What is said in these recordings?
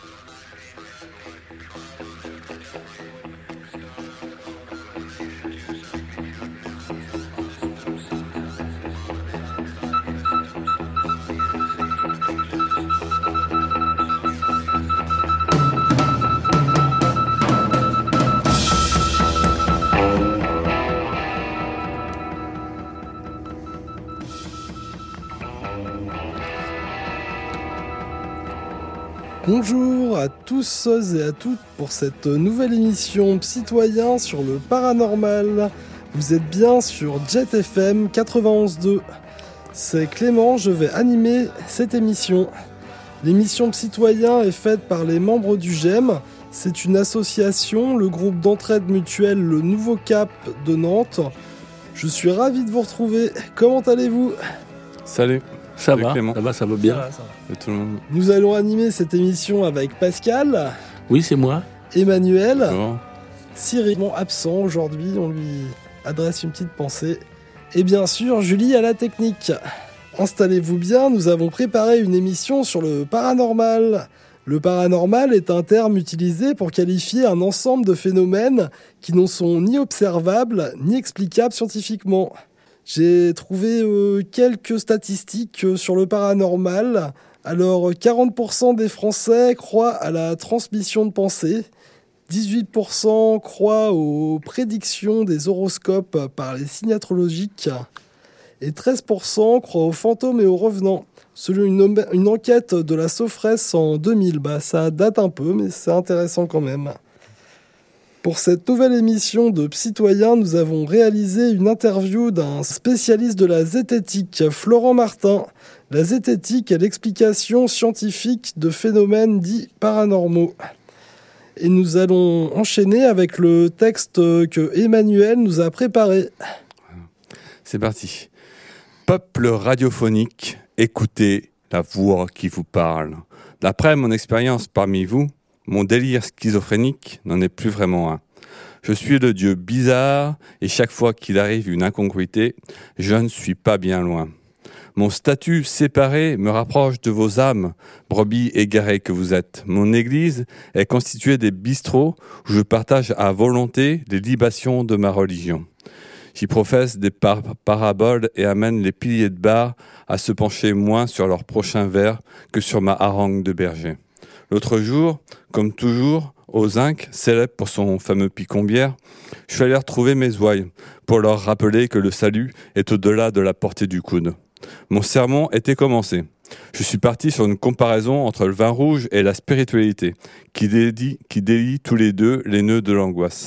Bonjour à tous et à toutes pour cette nouvelle émission Citoyen sur le paranormal. Vous êtes bien sur Jet FM 91.2. C'est Clément, je vais animer cette émission. L'émission Citoyen est faite par les membres du GEM. C'est une association, le groupe d'entraide mutuelle Le Nouveau Cap de Nantes. Je suis ravi de vous retrouver. Comment allez-vous ? Salut. Ça va bien. Ça va. Tout le monde. Nous allons animer cette émission avec Pascal. Oui, c'est moi. Emmanuel. Bonjour. Cyril, absent aujourd'hui, on lui adresse une petite pensée. Et bien sûr, Julie à la technique. Installez-vous bien, nous avons préparé une émission sur le paranormal. Le paranormal est un terme utilisé pour qualifier un ensemble de phénomènes qui ne sont ni observables ni explicables scientifiquement. J'ai trouvé quelques statistiques sur le paranormal. Alors, 40% des Français croient à la transmission de pensée. 18% croient aux prédictions des horoscopes par les signes astrologiques. Et 13% croient aux fantômes et aux revenants. Selon une enquête de la Sofres en 2000, ça date un peu, mais c'est intéressant quand même. Pour cette nouvelle émission de Citoyen, nous avons réalisé une interview d'un spécialiste de la zététique, Florent Martin. La zététique est l'explication scientifique de phénomènes dits paranormaux. Et nous allons enchaîner avec le texte que Emmanuel nous a préparé. C'est parti. Peuple radiophonique, écoutez la voix qui vous parle. D'après mon expérience parmi vous, mon délire schizophrénique n'en est plus vraiment un. Je suis le dieu bizarre et chaque fois qu'il arrive une incongruité, je ne suis pas bien loin. Mon statut séparé me rapproche de vos âmes, brebis égarées que vous êtes. Mon église est constituée des bistrots où je partage à volonté les libations de ma religion. J'y professe des paraboles et amène les piliers de bar à se pencher moins sur leur prochain verre que sur ma harangue de berger. L'autre jour, comme toujours, au Zinc, célèbre pour son fameux picombière, je suis allé retrouver mes ouailles pour leur rappeler que le salut est au-delà de la portée du coude. Mon sermon était commencé. Je suis parti sur une comparaison entre le vin rouge et la spiritualité, qui délie tous les deux les nœuds de l'angoisse.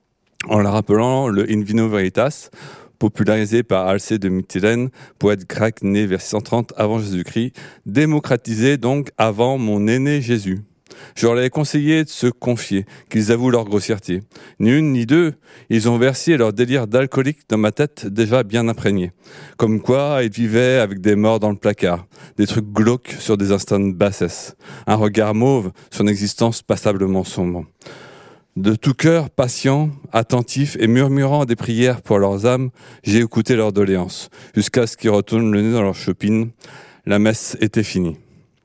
En leur rappelant le In Vino Veritas, popularisé par Alcée de Mytilène, poète grec né vers 630 avant Jésus-Christ, démocratisé donc avant mon aîné Jésus. Je leur ai conseillé de se confier, qu'ils avouent leur grossièreté. Ni une ni deux, ils ont versé leur délire d'alcoolique dans ma tête déjà bien imprégnée. Comme quoi, ils vivaient avec des morts dans le placard, des trucs glauques sur des instants de bassesse, un regard mauve sur une existence passablement sombre. De tout cœur, patient, attentif et murmurant des prières pour leurs âmes, j'ai écouté leurs doléances, jusqu'à ce qu'ils retournent le nez dans leur chopine. La messe était finie.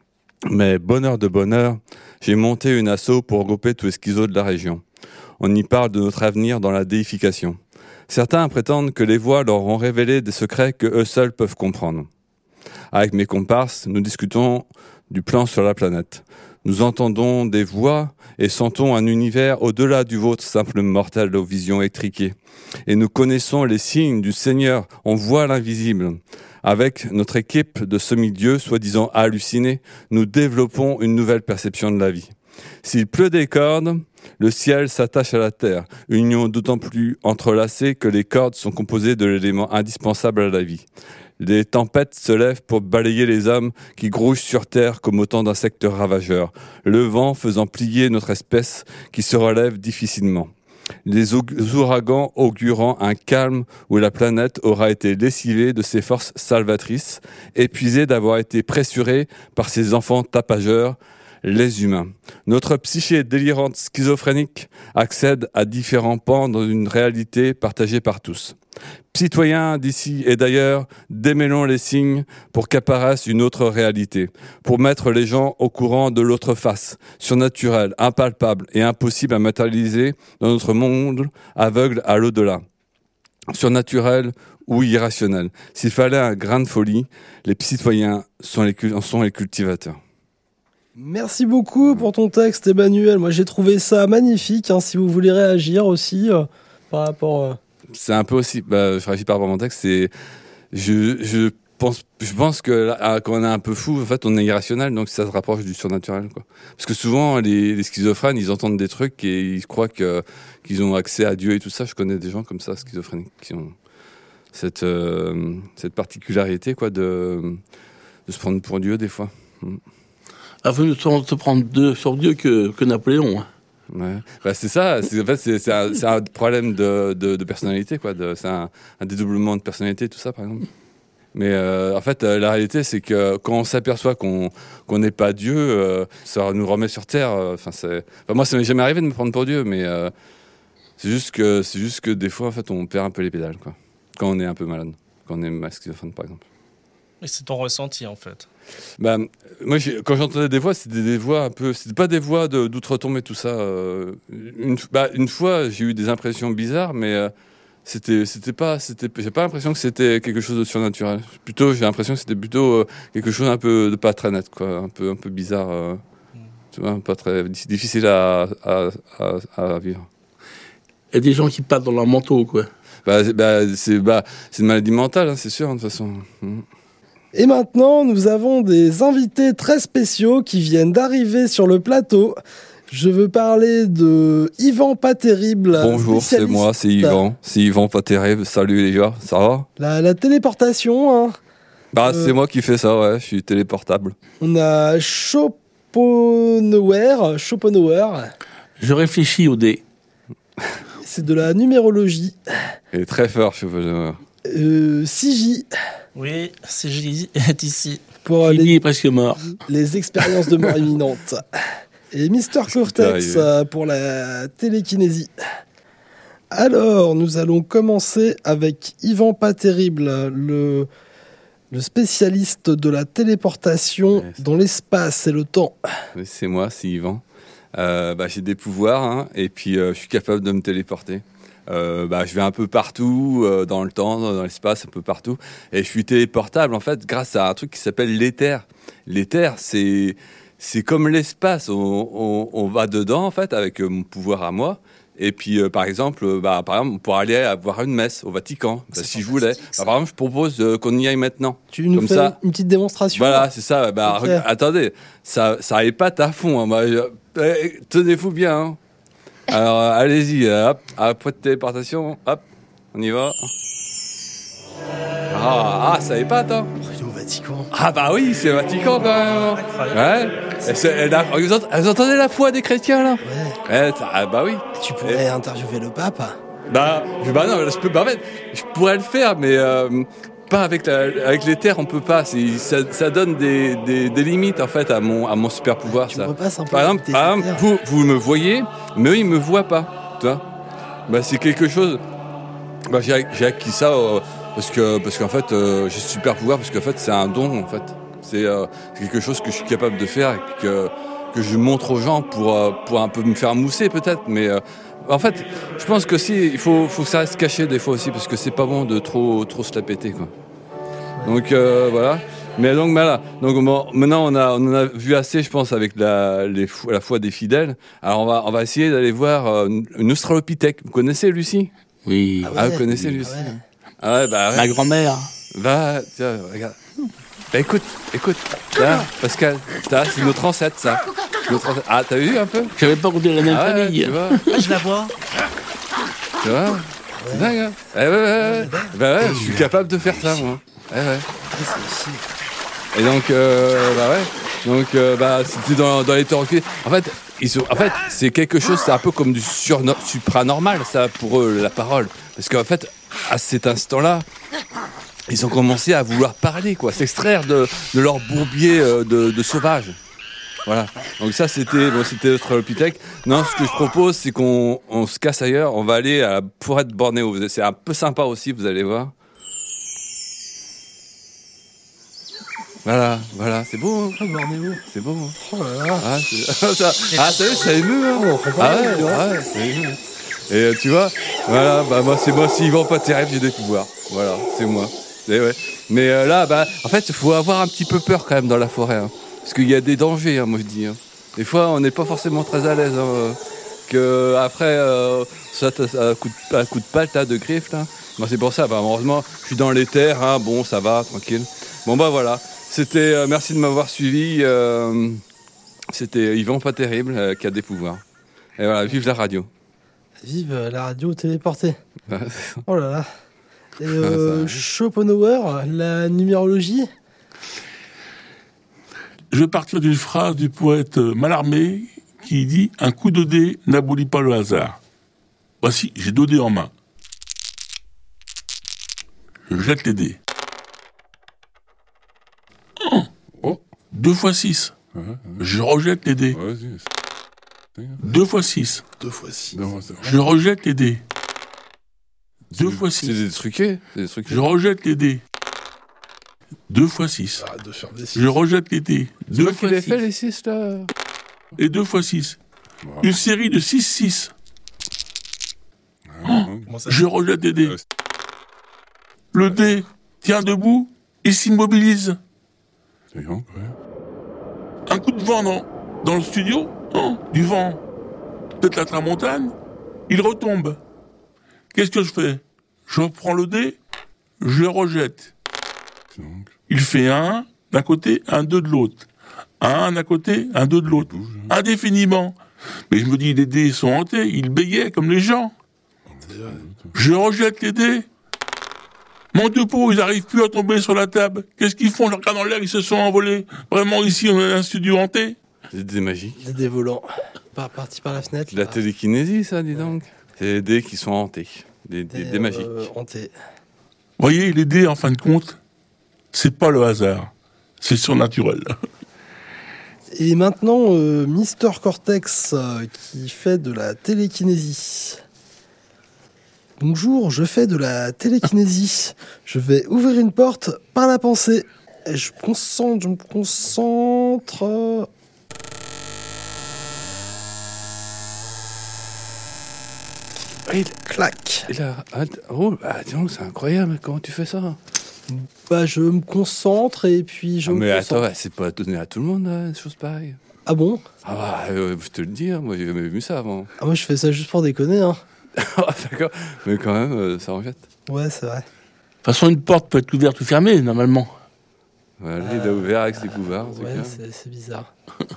Mais bonheur de bonheur, j'ai monté une asso pour regrouper tous les schizos de la région. On y parle de notre avenir dans la déification. Certains prétendent que les voix leur ont révélé des secrets que eux seuls peuvent comprendre. Avec mes comparses, nous discutons du plan sur la planète. Nous entendons des voix et sentons un univers au-delà du vôtre, simple mortel aux visions étriquées. Et nous connaissons les signes du Seigneur, on voit l'invisible. Avec notre équipe de semi-dieux, soi-disant hallucinés, nous développons une nouvelle perception de la vie. S'il pleut des cordes, le ciel s'attache à la terre, union d'autant plus entrelacée que les cordes sont composées de l'élément indispensable à la vie. Les tempêtes se lèvent pour balayer les hommes qui grouillent sur terre comme autant d'insectes ravageurs, le vent faisant plier notre espèce qui se relève difficilement. Les ouragans augurant un calme où la planète aura été lessivée de ses forces salvatrices, épuisée d'avoir été pressurée par ses enfants tapageurs, les humains. Notre psyché délirante schizophrénique accède à différents pans dans une réalité partagée par tous. Citoyens d'ici et d'ailleurs, démêlons les signes pour qu'apparaisse une autre réalité, pour mettre les gens au courant de l'autre face, surnaturelle, impalpable et impossible à matérialiser dans notre monde aveugle à l'au-delà. Surnaturel ou irrationnel. S'il fallait un grain de folie, les citoyens en sont les cultivateurs. Merci beaucoup pour ton texte, Emmanuel. Moi, j'ai trouvé ça magnifique. Si vous voulez réagir aussi par rapport... C'est un peu aussi... je réagis par rapport à mon texte. Je pense que là, quand on est un peu fou, en fait, on est irrationnel, donc ça se rapproche du surnaturel, quoi. Parce que souvent, les schizophrènes, ils entendent des trucs et ils croient qu'ils ont accès à Dieu et tout ça. Je connais des gens comme ça, schizophréniques, qui ont cette particularité, quoi, de se prendre pour Dieu, des fois. Vaut mieux se prendre sur Dieu que Napoléon. Ouais. C'est ça. C'est un problème de personnalité, quoi. C'est un dédoublement de personnalité, tout ça, par exemple. Mais en fait, la réalité, c'est que quand on s'aperçoit qu'on n'est pas Dieu, ça nous remet sur terre. Moi, ça m'est jamais arrivé de me prendre pour Dieu, mais c'est juste que des fois, en fait, on perd un peu les pédales, quoi. Quand on est un peu malade, quand on est schizophrène, par exemple. Et c'est ton ressenti, en fait. Moi, quand j'entendais des voix, c'était des voix un peu... C'était pas des voix d'outre-tombe et tout ça. Une fois, j'ai eu des impressions bizarres, mais j'ai pas l'impression que c'était quelque chose de surnaturel. Plutôt, j'ai l'impression que c'était plutôt quelque chose un peu de pas très net, quoi. Un peu bizarre. Tu vois, pas très difficile à vivre. Il y a des gens qui partent dans leur manteau, quoi. C'est une maladie mentale, c'est sûr, de toute façon. Et maintenant, nous avons des invités très spéciaux qui viennent d'arriver sur le plateau. Je veux parler de Yvan Pas Terrible. Bonjour, c'est moi, c'est Yvan. C'est Yvan Pas Terrible. Salut les gars, ça va ? La téléportation. C'est moi qui fais ça, ouais, je suis téléportable. On a Schopenhauer. Je réfléchis au dé. C'est de la numérologie. Il est très fort, Schopenhauer. CJ. Oui, CJ est ici. Pour il est presque mort. Les expériences de mort imminente. Et Mister Cortex pour la télékinésie. Alors, nous allons commencer avec Yvan Pas Terrible, le spécialiste de la téléportation dans l'espace et le temps. Oui, c'est moi, c'est Yvan. J'ai des pouvoirs, et puis je suis capable de me téléporter. Je vais un peu partout, dans le temps, dans l'espace, un peu partout. Et je suis téléportable, en fait, grâce à un truc qui s'appelle l'éther. L'éther, c'est comme l'espace. On va dedans, en fait, avec mon pouvoir à moi. Et puis, par exemple, on pourrait aller voir une messe au Vatican, si je voulais. Par exemple, je propose qu'on y aille maintenant. Tu nous fais une petite démonstration. Voilà, c'est ça. Okay. Attendez, ça épate à fond. Tenez-vous bien. Alors, allez-y, hop, après de téléportation, hop, on y va. Ça épate, hein. Il est au Vatican. Oui, c'est le Vatican, quand même. Ouais. Vous entendez la foi des chrétiens, là ? Ouais. Oui. Tu pourrais interviewer le pape. Je pourrais le faire, mais pas avec l'éther, on peut pas. Ça donne des limites, en fait, à mon super pouvoir. Tu me repasses un peu. Par exemple, vous me voyez, mais eux, ils me voient pas. Tu vois ? C'est quelque chose. J'ai acquis ça parce qu'en fait, j'ai ce super pouvoir parce qu'en fait, c'est un don, en fait. C'est quelque chose que je suis capable de faire et puis que je montre aux gens pour un peu me faire mousser, peut-être, mais. En fait, je pense que il faut que ça reste caché des fois aussi, parce que c'est pas bon de trop se la péter, quoi. Donc voilà. Mais donc voilà. Donc maintenant on en a vu assez, je pense, avec la foi des fidèles. Alors on va essayer d'aller voir une australopithèque. Vous connaissez Lucie ? Oui. Vous connaissez Lucie ? Ouais. Ma grand-mère. Tiens, regarde. Écoute. Là, Pascal, c'est notre ancêtre, ça. T'as vu un peu ? J'avais pas compté la même famille. Tu vois. Je la vois. Tu vois ? C'est dingue, hein ? Je suis capable de faire ça, moi. Et donc, c'était dans les hétéroclites. En fait, c'est quelque chose, c'est un peu comme du supranormal, ça, pour eux, la parole. Parce qu'en fait, à cet instant-là, ils ont commencé à vouloir parler, quoi, s'extraire de leur bourbier de sauvage. Voilà. Donc ça, c'était l'Australopithèque. Non, ce que je propose, c'est qu'on se casse ailleurs. On va aller à la forêt de Bornéo. C'est un peu sympa aussi, vous allez voir. Voilà, c'est beau. Hein. Ah, Bornéo. C'est beau. Hein. Oh là là. T'as vu, ça émeut. Hein. On comprend pas. Ouais, ça émeut. Et tu vois, voilà, moi, c'est Yvan Paterrev, j'ai des pouvoirs. Voilà, c'est moi. Et ouais. Mais là, en fait, il faut avoir un petit peu peur quand même dans la forêt. Hein. Parce qu'il y a des dangers, hein, moi je dis. Hein. Des fois, on n'est pas forcément très à l'aise. Hein, que après, ça, à coup de patte, là, de griffe, là. Moi, c'est pour ça. Heureusement, je suis dans les terres. Hein, bon, ça va, tranquille. Bon, voilà. C'était. Merci de m'avoir suivi. C'était Yvan Pas Terrible qui a des pouvoirs. Et voilà, vive la radio. Vive la radio téléportée. Oh là là. Et Schopenhauer, la numérologie. Je vais partir d'une phrase du poète Mallarmé qui dit « Un coup de dé n'abolit pas le hasard ». Voici, j'ai 2 dés en main. Je jette les dés. 2 x 6. Je rejette les dés. 2 x 6. 2 x 6. Je rejette les dés. 2 x 6. C'est des truqués. Je rejette les dés. 2 x 6. Arrête de faire des 6. Je rejette les dés. 2 Qui les x fait 6. les 6 là? Et 2 x 6. Une série de 6-6. Je rejette les dés. Le dé tient debout et s'immobilise. Un coup de vent dans le studio, du vent, peut-être la tramontane, il retombe. Qu'est-ce que je fais? Je reprends le dé, je le rejette. Il fait 1 d'un côté, 1, 2 de l'autre. 1 d'un côté, 1, 2 de l'autre. Indéfiniment. Mais je me dis, les dés sont hantés, ils bégaient comme les gens. Je rejette les dés. Mon Dieu, ils n'arrivent plus à tomber sur la table. Qu'est-ce qu'ils font? Je regarde en l'air, ils se sont envolés. Vraiment, ici, on a un studio hanté. C'est des magiques. Des dés volants. Parti par la fenêtre. La télékinésie, ça, dis donc. C'est des dés qui sont hantés. Des magiques. Hantés. Vous voyez, les dés, en fin de compte, c'est pas le hasard. C'est surnaturel. Et maintenant, Mister Cortex qui fait de la télékinésie. Bonjour, je fais de la télékinésie. Je vais ouvrir une porte par la pensée. Et je me concentre. Et clac. Et là, dis donc, c'est incroyable. Comment tu fais ça? Je me concentre et puis je me mais concentre. attends, c'est pas donné à tout le monde, des choses pareilles. Ah bon? Je te le dis, hein, moi j'ai jamais vu ça avant. Ah moi je fais ça juste pour déconner, hein. D'accord, mais quand même, ça en jette. Ouais, c'est vrai. De toute façon, une porte peut être ouverte ou fermée, normalement. Voilà, il a ouvert avec ses pouvoirs. En tout Ouais, cas. c'est bizarre.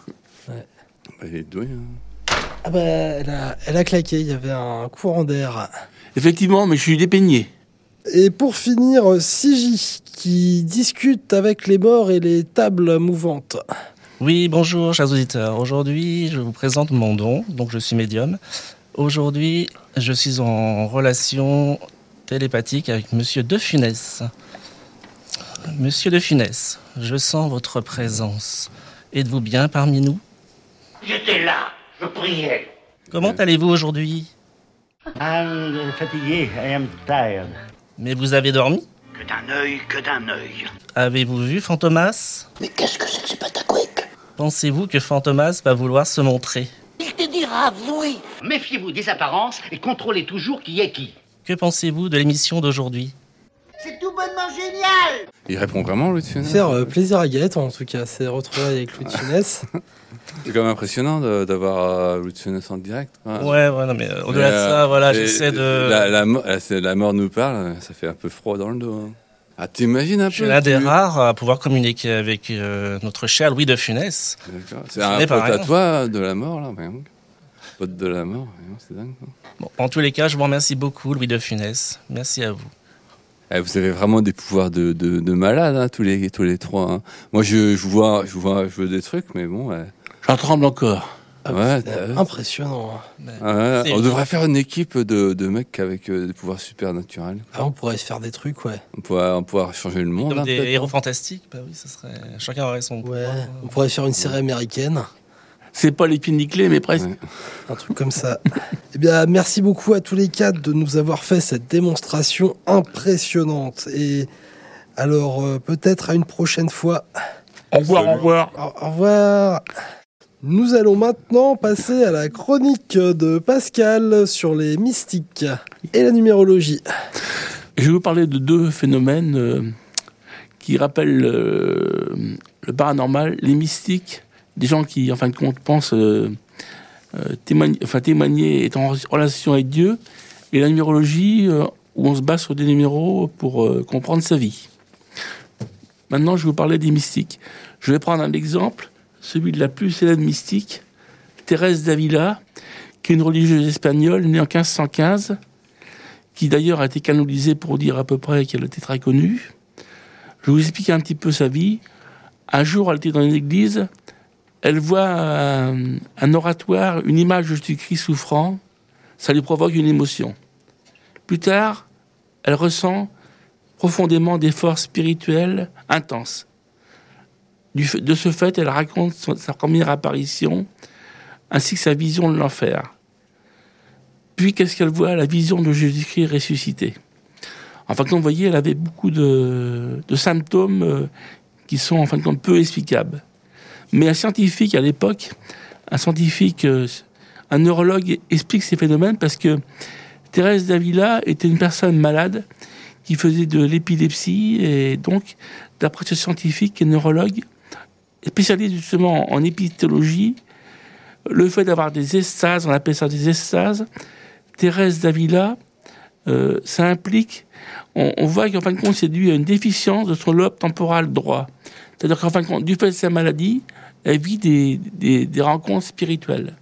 Il est doué. Hein. Ah elle a claqué, il y avait un courant d'air. Effectivement, mais je suis dépeigné. Et pour finir, CJ qui discute avec les morts et les tables mouvantes. Oui, bonjour, chers auditeurs. Aujourd'hui, je vous présente mon don. Donc, je suis médium. Aujourd'hui, je suis en relation télépathique avec Monsieur De Funès. Monsieur De Funès, je sens votre présence. Êtes-vous bien parmi nous? J'étais là, je priais. Comment allez-vous aujourd'hui? I'm fatigué, I am tired. Mais vous avez dormi? Que d'un œil, que d'un œil. Avez-vous vu Fantomas? Mais qu'est-ce que c'est que ce patacouic? Pensez-vous que Fantomas va vouloir se montrer? Il te dira oui. Méfiez-vous des apparences et contrôlez toujours qui est qui. Que pensez-vous de l'émission d'aujourd'hui? C'est tout bonnement génial. Il répond vraiment, Louis de Funès. Faire plaisir à Gaëtan en tout cas, c'est retrouver avec Louis de Funès. C'est quand même impressionnant d'avoir Louis de Funès en direct. Ouais, non, mais au-delà de ça, voilà, j'essaie de... La mort nous parle, ça fait un peu froid dans le dos. Hein. Ah, t'imagines un peu? Je suis l'un des rares à pouvoir communiquer avec notre cher Louis de Funès. D'accord. C'est un pote à toi de la mort, là, par exemple. Pote de la mort, c'est dingue. Quoi. Bon, en tous les cas, je vous remercie beaucoup, Louis de Funès. Merci à vous. Vous avez vraiment des pouvoirs de malade, hein, tous les trois. Hein. Moi, je vois des trucs, mais bon. Ouais. J'en tremble encore. Ouais, impressionnant. Ouais, on devrait faire une équipe de mecs avec des pouvoirs supernaturels. Ah, on pourrait se faire des trucs, ouais. On pourrait changer le monde. Comme hein, des héros fantastiques, bah oui, ça serait... Chacun aurait son pouvoir. Ouais, on pourrait faire une série américaine. C'est pas les pieds nickelés, mais presque. Ouais. Un truc comme ça. Eh bien, merci beaucoup à tous les quatre de nous avoir fait cette démonstration impressionnante. Et alors, peut-être à une prochaine fois. Au revoir, au revoir. Au revoir. Nous allons maintenant passer à la chronique de Pascal sur les mystiques et la numérologie. Je vais vous parler de deux phénomènes qui rappellent le paranormal, les mystiques, des gens qui, en fin de compte, pensent témoigner, être en relation avec Dieu, et la numérologie, où on se base sur des numéros pour comprendre sa vie. Maintenant, je vais vous parler des mystiques. Je vais prendre un exemple, celui de la plus célèbre mystique, Thérèse d'Avila, qui est une religieuse espagnole née en 1515, qui d'ailleurs a été canonisée pour dire à peu près qu'elle était très connue. Je vais vous expliquer un petit peu sa vie. Un jour, elle était dans une église, elle voit un oratoire, une image de Jésus-Christ souffrant, ça lui provoque une émotion. Plus tard, elle ressent profondément des forces spirituelles intenses. De ce fait, elle raconte sa première apparition, ainsi que sa vision de l'enfer. Puis, qu'est-ce qu'elle voit? La vision de Jésus-Christ ressuscité. En fin de compte, vous voyez, elle avait beaucoup de symptômes qui sont, en fin de compte, peu explicables. Mais un scientifique, à l'époque, un neurologue explique ces phénomènes parce que Thérèse d'Avila était une personne malade qui faisait de l'épilepsie et donc, d'après ce scientifique et neurologue, spécialiste justement en épistémologie, le fait d'avoir des estases, on appelle ça des estases, Thérèse d'Avila, ça implique, on voit qu'en fin de compte, c'est dû à une déficience de son lobe temporal droit. C'est-à-dire qu'en fin de compte, du fait de sa maladie, elle vit des rencontres spirituelles.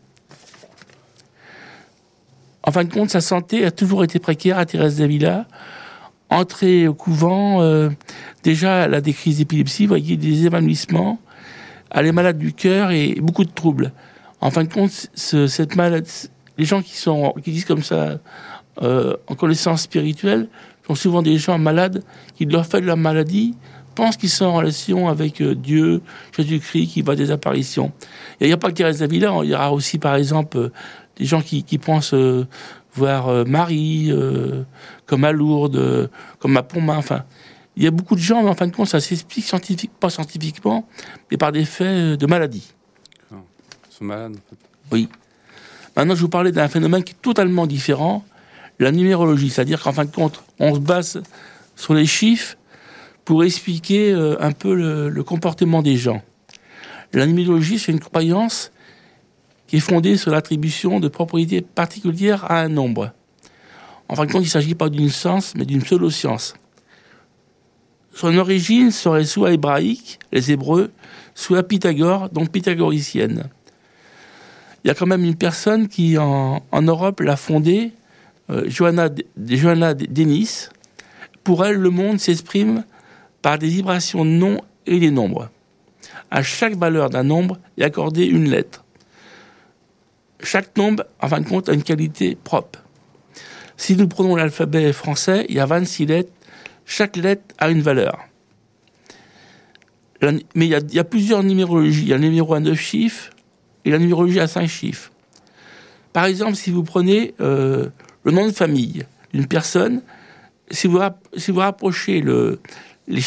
En fin de compte, sa santé a toujours été précaire à Thérèse d'Avila. Entrée au couvent, déjà, elle a des crises d'épilepsie, vous voyez, des évanouissements. Elle est malade du cœur et beaucoup de troubles. En fin de compte, cette maladie, les gens qui disent comme ça, en connaissance spirituelle, sont souvent des gens malades qui, de leur fait de leur maladie, pensent qu'ils sont en relation avec Dieu, Jésus-Christ, qui voient des apparitions. Et il n'y a pas que Thérèse d'Avila, il y aura aussi, par exemple, des gens qui pensent voir Marie, comme à Lourdes, comme à Pontmain, enfin. Il y a beaucoup de gens, mais en fin de compte, ça s'explique pas scientifiquement, mais par des faits de maladie. Ils sont malades, en fait. Oui. Maintenant, je vais vous parler d'un phénomène qui est totalement différent, la numérologie. C'est-à-dire qu'en fin de compte, on se base sur les chiffres pour expliquer un peu le comportement des gens. La numérologie, c'est une croyance qui est fondée sur l'attribution de propriétés particulières à un nombre. En fin de compte, il ne s'agit pas d'une science, mais d'une pseudo-science. Son origine serait soit hébraïque, les Hébreux, soit Pythagore, donc pythagoricienne. Il y a quand même une personne qui, en Europe, l'a fondée, Johanna Denis. Pour elle, le monde s'exprime par des vibrations de noms et des nombres. À chaque valeur d'un nombre est accordée une lettre. Chaque nombre, en fin de compte, a une qualité propre. Si nous prenons l'alphabet français, il y a 26 lettres. Chaque lettre a une valeur. Mais il y a plusieurs numérologies. Il y a le numéro à 9 chiffres et la numérologie à 5 chiffres. Par exemple, si vous prenez le nom de famille d'une personne, si vous rapprochez les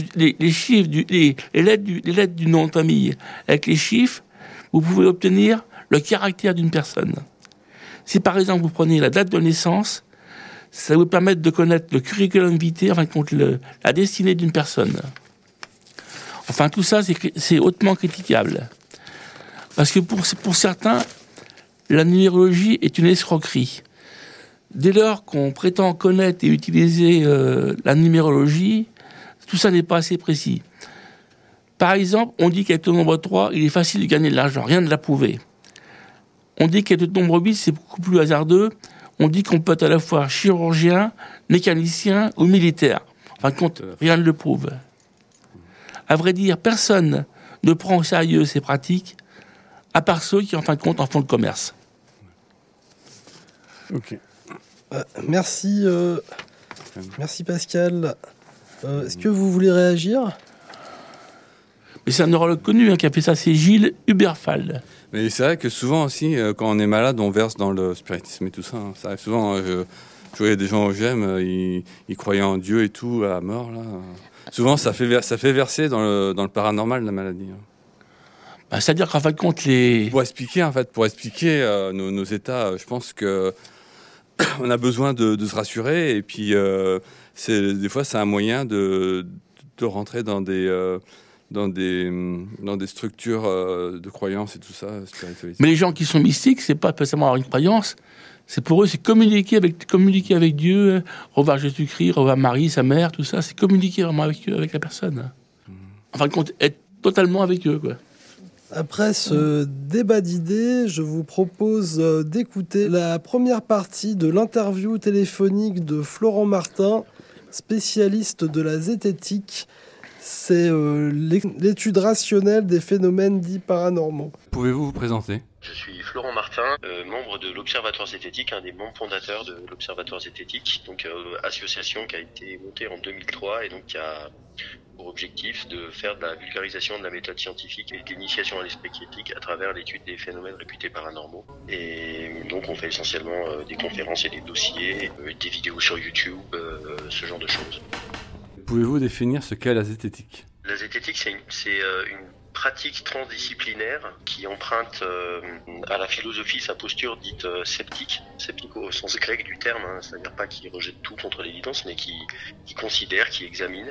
lettres du nom de famille avec les chiffres, vous pouvez obtenir le caractère d'une personne. Si par exemple vous prenez la date de naissance, ça va vous permettre de connaître le curriculum vitae, enfin la destinée d'une personne. Enfin, tout ça, c'est hautement critiquable. Parce que pour certains, la numérologie est une escroquerie. Dès lors qu'on prétend connaître et utiliser la numérologie, tout ça n'est pas assez précis. Par exemple, on dit qu'avec le nombre 3, il est facile de gagner de l'argent, rien de l'approuver. On dit qu'avec le nombre 8, c'est beaucoup plus hasardeux. On dit qu'on peut être à la fois chirurgien, mécanicien ou militaire. En fin de compte, rien ne le prouve. À vrai dire, personne ne prend au sérieux ces pratiques, à part ceux qui, en fin de compte, en font le commerce. Ok. Merci Pascal. Est-ce que vous voulez réagir? Mais c'est un neurologue connu qui a fait ça, c'est Gilles Huberfald. Mais c'est vrai que souvent aussi, quand on est malade, on verse dans le spiritisme et tout ça. Ça arrive souvent. Je voyais des gens que j'aime, ils croyaient en Dieu et tout, à la mort. Là. Souvent, ça fait verser dans le paranormal, la maladie. C'est-à-dire qu'en fin de compte, Pour expliquer nos états, je pense que on a besoin de se rassurer. Et puis, des fois, c'est un moyen de rentrer dans des structures de croyances et tout ça, spiritualistes. Mais les gens qui sont mystiques, c'est pas spécialement avoir une croyance. C'est pour eux, c'est communiquer avec Dieu, revoir Jésus-Christ, revoir Marie, sa mère, tout ça. C'est communiquer vraiment avec eux, avec la personne. En fin de compte, être totalement avec eux, quoi. Après ce débat d'idées, je vous propose d'écouter la première partie de l'interview téléphonique de Florent Martin, spécialiste de la zététique. C'est l'étude rationnelle des phénomènes dits paranormaux. Pouvez-vous vous présenter ? Je suis Florent Martin, membre de l'Observatoire Zététique, un des membres fondateurs de l'Observatoire Zététique, donc association qui a été montée en 2003 et donc qui a pour objectif de faire de la vulgarisation de la méthode scientifique et de l'initiation à l'esprit critique à travers l'étude des phénomènes réputés paranormaux. Et donc on fait essentiellement des conférences et des dossiers, des vidéos sur YouTube, ce genre de choses. Pouvez-vous définir ce qu'est la zététique ? La zététique, c'est une pratique transdisciplinaire qui emprunte à la philosophie sa posture dite sceptique au sens grec du terme, c'est-à-dire pas qui rejette tout contre l'évidence, mais qui considère, qui examine.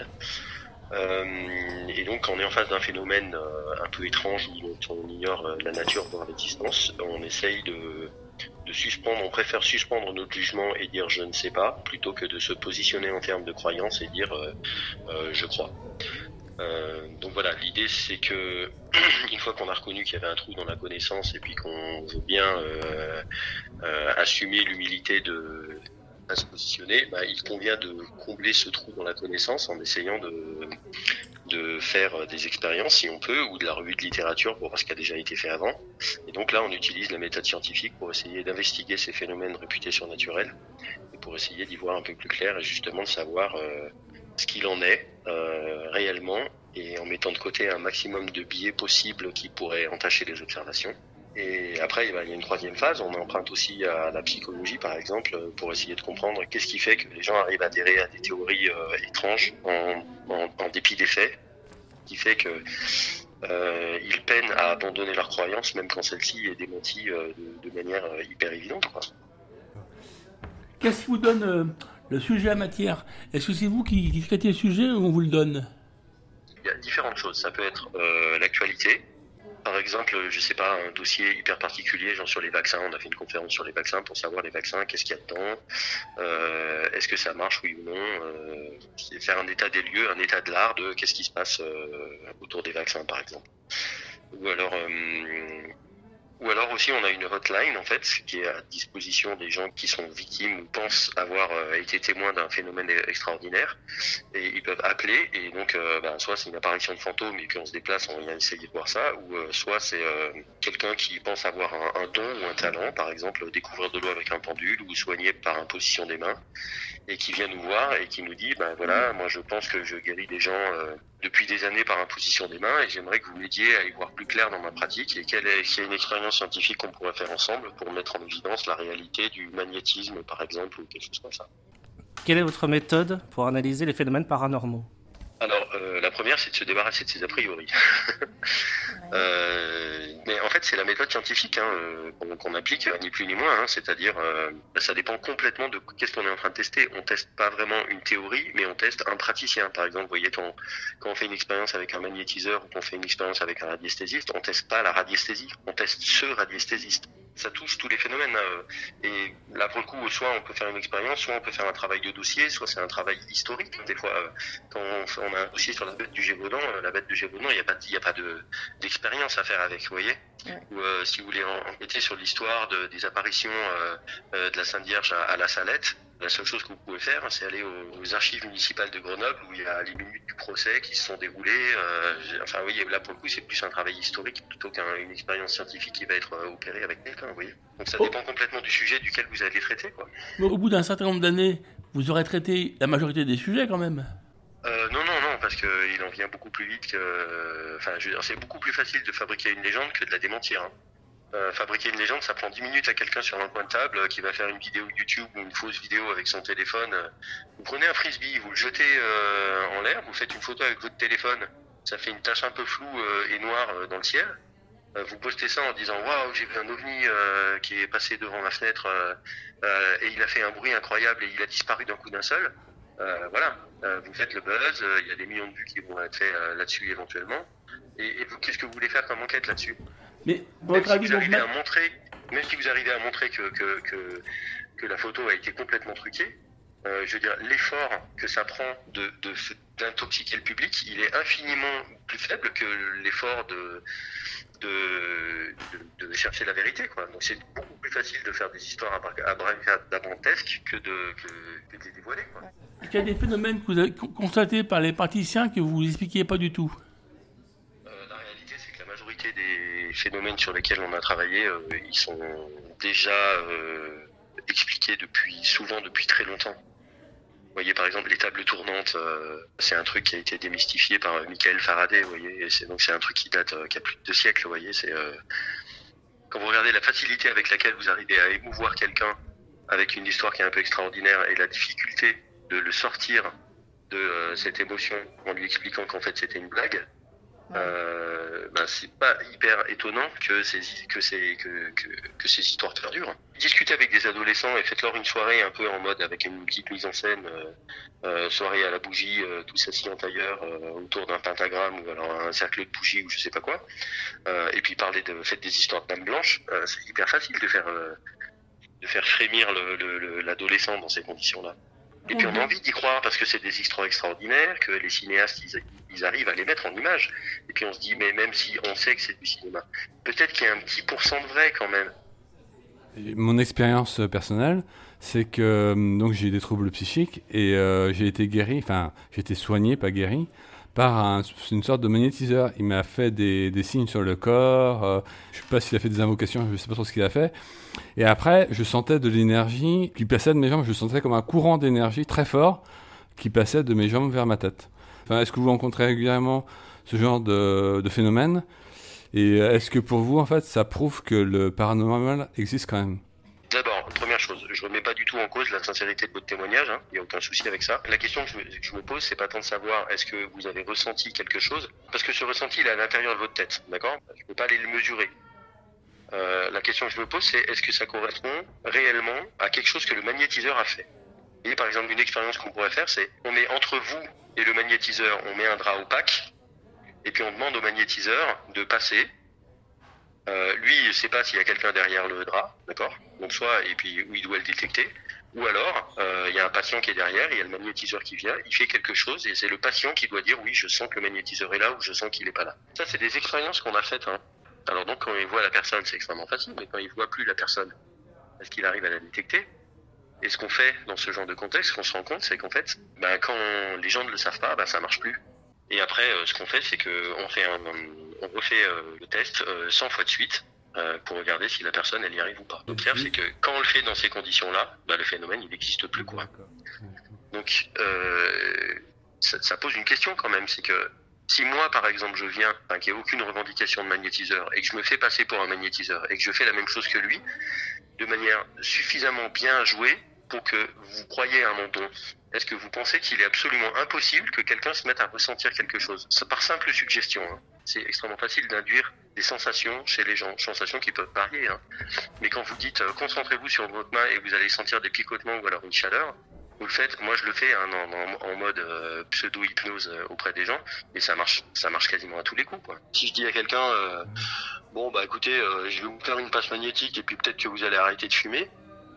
Et donc quand on est en face d'un phénomène un peu étrange dont on ignore la nature, voire l'existence, on essaye de suspendre, on préfère suspendre notre jugement et dire je ne sais pas, plutôt que de se positionner en termes de croyance et dire je crois. Donc voilà, l'idée c'est que une fois qu'on a reconnu qu'il y avait un trou dans la connaissance et puis qu'on veut bien assumer l'humilité de se positionner, il convient de combler ce trou dans la connaissance en essayant de faire des expériences si on peut, ou de la revue de littérature pour voir ce qui a déjà été fait avant. Et donc là on utilise la méthode scientifique pour essayer d'investiguer ces phénomènes réputés surnaturels et pour essayer d'y voir un peu plus clair et justement de savoir ce qu'il en est réellement, et en mettant de côté un maximum de biais possibles qui pourraient entacher les observations. Et après, il y a une troisième phase, on emprunte aussi à la psychologie par exemple, pour essayer de comprendre qu'est-ce qui fait que les gens arrivent à adhérer à des théories étranges en dépit des faits, qui fait que ils peinent à abandonner leur croyance même quand celle-ci est démentie de manière hyper évidente, quoi. Qu'est-ce qui vous donne le sujet à matière? Est-ce que c'est vous qui traitez le sujet ou on vous le donne? Il y a différentes choses. Ça peut être l'actualité. Par exemple, je sais pas, un dossier hyper particulier, genre sur les vaccins. On a fait une conférence sur les vaccins pour savoir les vaccins, qu'est-ce qu'il y a dedans, est-ce que ça marche, oui ou non. C'est faire un état des lieux, un état de l'art de qu'est-ce qui se passe autour des vaccins, par exemple. Ou alors aussi, on a une hotline, en fait, qui est à disposition des gens qui sont victimes ou pensent avoir été témoins d'un phénomène extraordinaire. Et ils peuvent appeler, et donc, soit c'est une apparition de fantôme, et puis on se déplace, on vient essayer de voir ça, ou soit c'est quelqu'un qui pense avoir un don ou un talent, par exemple, découvrir de l'eau avec un pendule, ou soigner par imposition des mains, et qui vient nous voir, et qui nous dit, voilà, moi je pense que je guéris des gens depuis des années par imposition des mains, et j'aimerais que vous m'aidiez à y voir plus clair dans ma pratique, et qu'il y a une expérience scientifique qu'on pourrait faire ensemble pour mettre en évidence la réalité du magnétisme, par exemple, ou quelque chose comme ça. Quelle est votre méthode pour analyser les phénomènes paranormaux ? Alors, la première, c'est de se débarrasser de ses a priori. Mais en fait, c'est la méthode scientifique qu'on applique, ni plus ni moins. C'est-à-dire, ça dépend complètement de qu'est-ce qu'on est en train de tester. On teste pas vraiment une théorie, mais on teste un praticien. Par exemple, vous voyez, quand on fait une expérience avec un magnétiseur ou qu'on fait une expérience avec un radiesthésiste, on teste pas la radiesthésie, on teste ce radiesthésiste. Ça touche tous les phénomènes. Et là, pour le coup, soit on peut faire une expérience, soit on peut faire un travail de dossier, soit c'est un travail historique. Des fois, quand on a un dossier sur la bête du Gévaudan, il n'y a pas d'expérience à faire avec, vous voyez. Ouais. Ou si vous voulez enquêter sur l'histoire des apparitions de la Sainte Vierge à la Salette, la seule chose que vous pouvez faire, c'est aller aux archives municipales de Grenoble où il y a les minutes du procès qui se sont déroulées. Vous voyez, là pour le coup, c'est plus un travail historique plutôt qu'une expérience scientifique qui va être opérée avec quelqu'un, vous voyez. Donc ça dépend complètement du sujet duquel vous allez traiter, quoi. Mais au bout d'un certain nombre d'années, vous aurez traité la majorité des sujets quand même. Non, parce qu'il en vient beaucoup plus vite que... Enfin, je veux dire, c'est beaucoup plus facile de fabriquer une légende que de la démentir. Fabriquer une légende, ça prend 10 minutes à quelqu'un sur un coin de table qui va faire une vidéo YouTube ou une fausse vidéo avec son téléphone. Vous prenez un frisbee, vous le jetez en l'air, vous faites une photo avec votre téléphone, ça fait une tache un peu floue et noire dans le ciel. Vous postez ça en disant « Waouh, j'ai vu un ovni qui est passé devant ma fenêtre et il a fait un bruit incroyable et il a disparu d'un coup d'un seul. » Voilà, vous faites le buzz, il y a des millions de vues qui vont être faits là-dessus éventuellement. Et vous, qu'est-ce que vous voulez faire comme enquête là-dessus ? Mais votre avis, Même si vous arrivez à montrer que la photo a été complètement truquée, je veux dire, l'effort que ça prend d'intoxiquer le public, il est infiniment plus faible que l'effort de chercher la vérité, quoi. Donc c'est beaucoup plus facile de faire des histoires abracadabrantesques que de les dévoiler, quoi. Il y a des phénomènes que vous avez constatés par les praticiens que vous n'expliquiez pas du tout. La réalité, c'est que la majorité des phénomènes sur lesquels on a travaillé, ils sont déjà expliqués depuis très longtemps. Vous voyez, par exemple, les tables tournantes, c'est un truc qui a été démystifié par Michael Faraday, vous voyez, et c'est un truc qui date, qui a plus de 2 siècles, vous voyez, quand vous regardez la facilité avec laquelle vous arrivez à émouvoir quelqu'un avec une histoire qui est un peu extraordinaire et la difficulté de le sortir de cette émotion en lui expliquant qu'en fait c'était une blague, c'est pas hyper étonnant que ces histoires perdurent. Discutez avec des adolescents et faites-leur une soirée un peu en mode avec une petite mise en scène, soirée à la bougie, tous assis en tailleur autour d'un pentagramme ou alors un cercle de bougies ou je sais pas quoi. Et puis faites des histoires de dames blanches. C'est hyper facile de faire frémir l'adolescent dans ces conditions-là. Et puis on a envie d'y croire parce que c'est des histoires extraordinaires, que les cinéastes ils arrivent à les mettre en image. Et puis on se dit mais même si on sait que c'est du cinéma, peut-être qu'il y a un petit pourcent de vrai quand même. Mon expérience personnelle, c'est que donc j'ai eu des troubles psychiques et j'ai été guéri, enfin j'ai été soigné, pas guéri, par une sorte de magnétiseur. Il m'a fait des signes sur le corps, je sais pas s'il a fait des invocations, je sais pas trop ce qu'il a fait. Et après, je sentais de l'énergie qui passait de mes jambes, je sentais comme un courant d'énergie très fort qui passait de mes jambes vers ma tête. Enfin, est-ce que vous rencontrez régulièrement ce genre de phénomène ? Et est-ce que pour vous, en fait, ça prouve que le paranormal existe quand même ? D'abord, première chose, je remets pas du tout en cause la sincérité de votre témoignage, hein, il n'y a aucun souci avec ça. La question que je me pose, c'est pas tant de savoir est-ce que vous avez ressenti quelque chose, parce que ce ressenti, il est à l'intérieur de votre tête, d'accord ? Je peux pas aller le mesurer. La question que je me pose, c'est est-ce que ça correspond réellement à quelque chose que le magnétiseur a fait ? Et par exemple, une expérience qu'on pourrait faire, c'est on met entre vous et le magnétiseur, on met un drap opaque, et puis on demande au magnétiseur de passer. Lui, il ne sait pas s'il y a quelqu'un derrière le drap, d'accord ? Donc soit, et puis où il doit le détecter, ou alors il y a un patient qui est derrière, il y a le magnétiseur qui vient, il fait quelque chose, et c'est le patient qui doit dire oui, je sens que le magnétiseur est là, ou je sens qu'il n'est pas là. Ça, c'est des expériences qu'on a faites, hein. Alors donc, quand il voit la personne, c'est extrêmement facile, mais quand il voit plus la personne, est-ce qu'il arrive à la détecter ? Et ce qu'on fait dans ce genre de contexte, ce qu'on se rend compte, c'est qu'en fait, quand les gens ne le savent pas, ça marche plus. Et après, ce qu'on fait, c'est qu'on refait le test 100 fois de suite pour regarder si la personne, elle y arrive ou pas. Donc, c'est que quand on le fait dans ces conditions-là, le phénomène, il n'existe plus, quoi. Donc, ça pose une question quand même, c'est que si moi, par exemple, je viens, qu'il n'y a aucune revendication de magnétiseur, et que je me fais passer pour un magnétiseur, et que je fais la même chose que lui, de manière suffisamment bien jouée pour que vous croyiez à mon don, est-ce que vous pensez qu'il est absolument impossible que quelqu'un se mette à ressentir quelque chose ? C'est par simple suggestion, hein. C'est extrêmement facile d'induire des sensations chez les gens, sensations qui peuvent varier, hein. Mais quand vous dites concentrez-vous sur votre main et vous allez sentir des picotements ou alors une chaleur, vous le faites, moi je le fais en mode pseudo-hypnose auprès des gens, et ça marche quasiment à tous les coups, quoi. Si je dis à quelqu'un, écoutez, je vais vous faire une passe magnétique et puis peut-être que vous allez arrêter de fumer,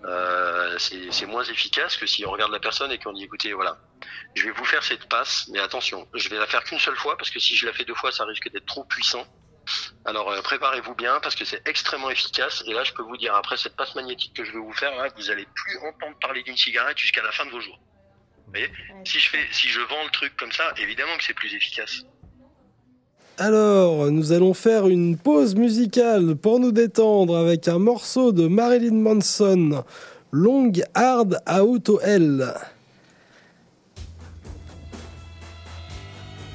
c'est moins efficace que si on regarde la personne et qu'on dit écoutez, voilà, je vais vous faire cette passe, mais attention, je vais la faire qu'une seule fois parce que si je la fais 2 fois, ça risque d'être trop puissant. Alors préparez-vous bien parce que c'est extrêmement efficace, et là je peux vous dire après cette passe magnétique que je vais vous faire, là, vous allez plus entendre parler d'une cigarette jusqu'à la fin de vos jours. Vous voyez ? Si je vends le truc comme ça, évidemment que c'est plus efficace. Alors, nous allons faire une pause musicale pour nous détendre avec un morceau de Marilyn Manson, Long Hard Out Hell.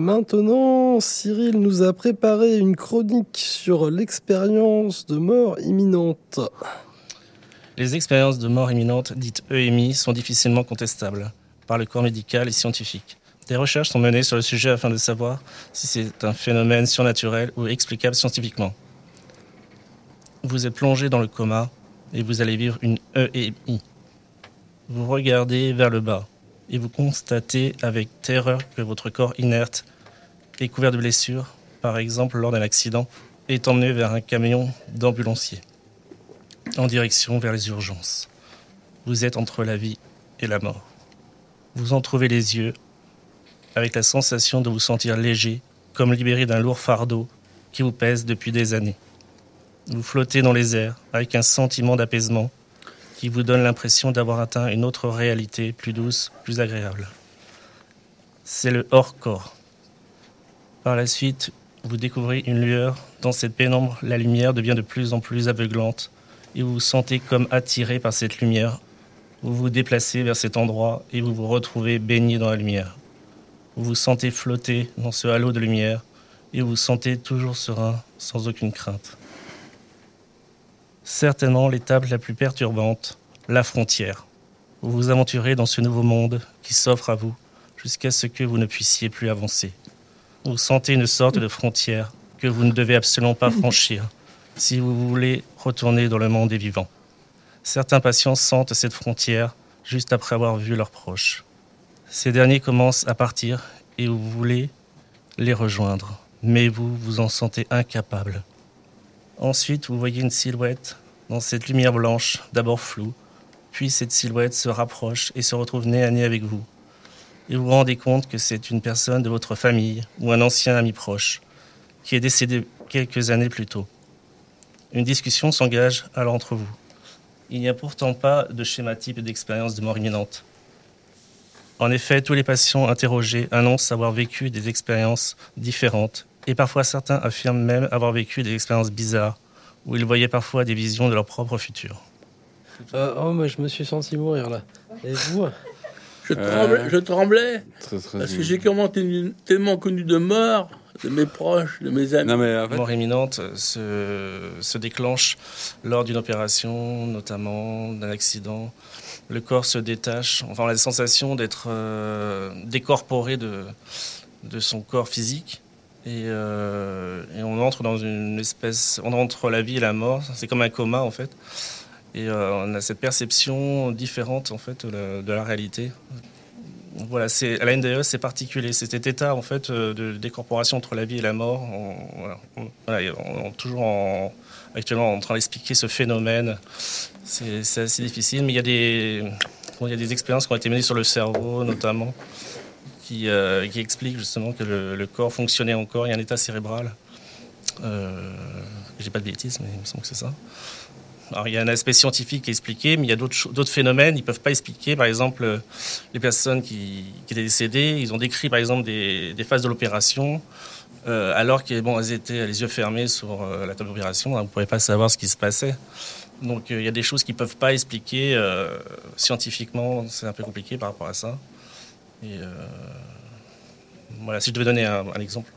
maintenant, Cyril nous a préparé une chronique sur l'expérience de mort imminente. Les expériences de mort imminente, dites EMI, sont difficilement contestables par le corps médical et scientifique. Des recherches sont menées sur le sujet afin de savoir si c'est un phénomène surnaturel ou explicable scientifiquement. Vous êtes plongé dans le coma et vous allez vivre une EMI. Vous regardez vers le bas et vous constatez avec terreur que votre corps inerte et couvert de blessures, par exemple lors d'un accident, est emmené vers un camion d'ambulancier, en direction vers les urgences. Vous êtes entre la vie et la mort. Vous en trouvez les yeux, avec la sensation de vous sentir léger, comme libéré d'un lourd fardeau qui vous pèse depuis des années. Vous flottez dans les airs, avec un sentiment d'apaisement qui vous donne l'impression d'avoir atteint une autre réalité plus douce, plus agréable. C'est le hors-corps. Par la suite, vous découvrez une lueur. Dans cette pénombre, la lumière devient de plus en plus aveuglante et vous vous sentez comme attiré par cette lumière. Vous vous déplacez vers cet endroit et vous vous retrouvez baigné dans la lumière. Vous vous sentez flotter dans ce halo de lumière et vous vous sentez toujours serein, sans aucune crainte. Certainement l'étape la plus perturbante, la frontière. Vous vous aventurez dans ce nouveau monde qui s'offre à vous jusqu'à ce que vous ne puissiez plus avancer. Vous sentez une sorte de frontière que vous ne devez absolument pas franchir si vous voulez retourner dans le monde des vivants. Certains patients sentent cette frontière juste après avoir vu leurs proches. Ces derniers commencent à partir et vous voulez les rejoindre, mais vous vous en sentez incapable. Ensuite, vous voyez une silhouette dans cette lumière blanche, d'abord floue, puis cette silhouette se rapproche et se retrouve nez à nez avec vous. Et vous vous rendez compte que c'est une personne de votre famille ou un ancien ami proche qui est décédé quelques années plus tôt. Une discussion s'engage alors entre vous. Il n'y a pourtant pas de schéma type d'expérience de mort imminente. En effet, tous les patients interrogés annoncent avoir vécu des expériences différentes et parfois certains affirment même avoir vécu des expériences bizarres où ils voyaient parfois des visions de leur propre futur. Moi je me suis senti mourir là. Et vous? Je tremblais Très, parce que j'ai tellement connu de morts, de mes proches, de mes amis. Non, mais en La fait, mort imminente se déclenche lors d'une opération, notamment d'un accident. Le corps se détache, enfin on a la sensation d'être décorporé de son corps physique. Et on entre dans une espèce... On entre la vie et la mort, c'est comme un coma en fait. Et on a cette perception différente en fait de la réalité. Voilà, à la NDE, c'est particulier. C'est cet état en fait de décorporation entre la vie et la mort. On est toujours actuellement en train d'expliquer ce phénomène. C'est assez difficile, mais il y a des expériences qui ont été menées sur le cerveau notamment, qui expliquent justement que le corps fonctionnait encore. Il y a un état cérébral. J'ai pas de bêtises, mais il me semble que c'est ça. Alors, il y a un aspect scientifique qui est expliqué, mais il y a d'autres phénomènes. Ils ne peuvent pas expliquer, par exemple, les personnes qui étaient décédées. Ils ont décrit, par exemple, des phases de l'opération, alors qu'elles étaient les yeux fermés sur la table d'opération. On ne pouvait pas savoir ce qui se passait. Donc, il y a des choses qu'ils ne peuvent pas expliquer scientifiquement. C'est un peu compliqué par rapport à ça. Et voilà, si je devais donner un exemple.